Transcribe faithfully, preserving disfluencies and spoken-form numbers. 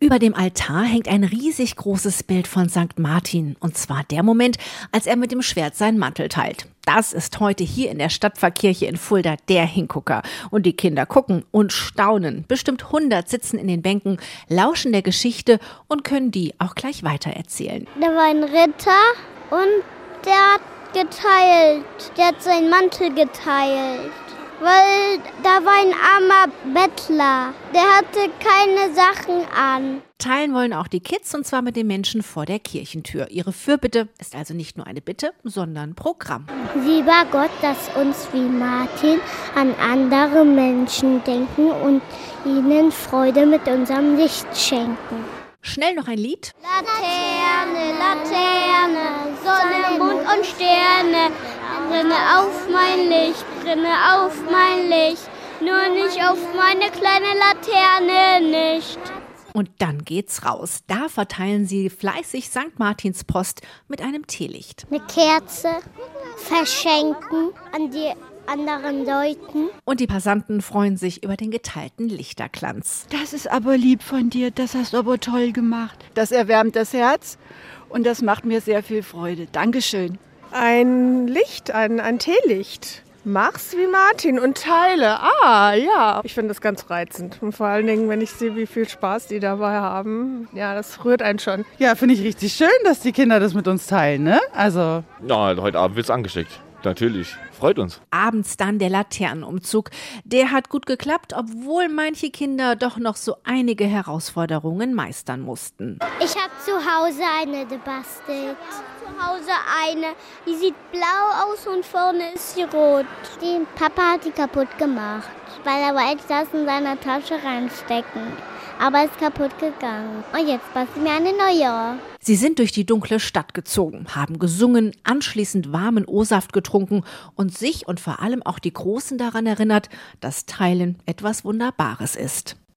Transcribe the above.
Über dem Altar hängt ein riesig großes Bild von Sankt Martin. Und zwar der Moment, als er mit dem Schwert seinen Mantel teilt. Das ist heute hier in der Stadtpfarrkirche in Fulda der Hingucker. Und die Kinder gucken und staunen. Bestimmt hundert sitzen in den Bänken, lauschen der Geschichte und können die auch gleich weitererzählen. Da war ein Ritter und der hat geteilt. Der hat seinen Mantel geteilt. Weil da war ein armer Bettler. Der hatte keine Sachen an. Teilen wollen auch die Kids, und zwar mit den Menschen vor der Kirchentür. Ihre Fürbitte ist also nicht nur eine Bitte, sondern Programm. Lieber Gott, lass uns wie Martin an andere Menschen denken und ihnen Freude mit unserem Licht schenken. Schnell noch ein Lied. Laterne, Laterne, Sonne, Mond und Sterne, brenne auf mein Licht, brenne auf mein Licht, nur nicht auf meine kleine Laterne nicht. Und dann geht's raus. Da verteilen sie fleißig Sankt Martins Post mit einem Teelicht. Eine Kerze verschenken an die anderen Leuten. Und die Passanten freuen sich über den geteilten Lichterglanz. Das ist aber lieb von dir, das hast du aber toll gemacht. Das erwärmt das Herz und das macht mir sehr viel Freude. Dankeschön. Ein Licht, ein, ein Teelicht. Mach's wie Martin und teile. Ah, ja. Ich finde das ganz reizend. Und vor allen Dingen, wenn ich sehe, wie viel Spaß die dabei haben. Ja, das rührt einen schon. Ja, finde ich richtig schön, dass die Kinder das mit uns teilen, ne? Also. Ja, heute Abend wird's angesteckt. Natürlich. Freut uns. Abends dann der Laternenumzug. Der hat gut geklappt, obwohl manche Kinder doch noch so einige Herausforderungen meistern mussten. Ich habe zu Hause eine gebastelt. Zu Hause eine, die sieht blau aus und vorne ist sie rot. Die Papa hat die kaputt gemacht, weil er wollte das in seiner Tasche reinstecken. Aber ist kaputt gegangen. Und jetzt basteln wir eine neue. Sie sind durch die dunkle Stadt gezogen, haben gesungen, anschließend warmen O-Saft getrunken und sich und vor allem auch die Großen daran erinnert, dass Teilen etwas Wunderbares ist.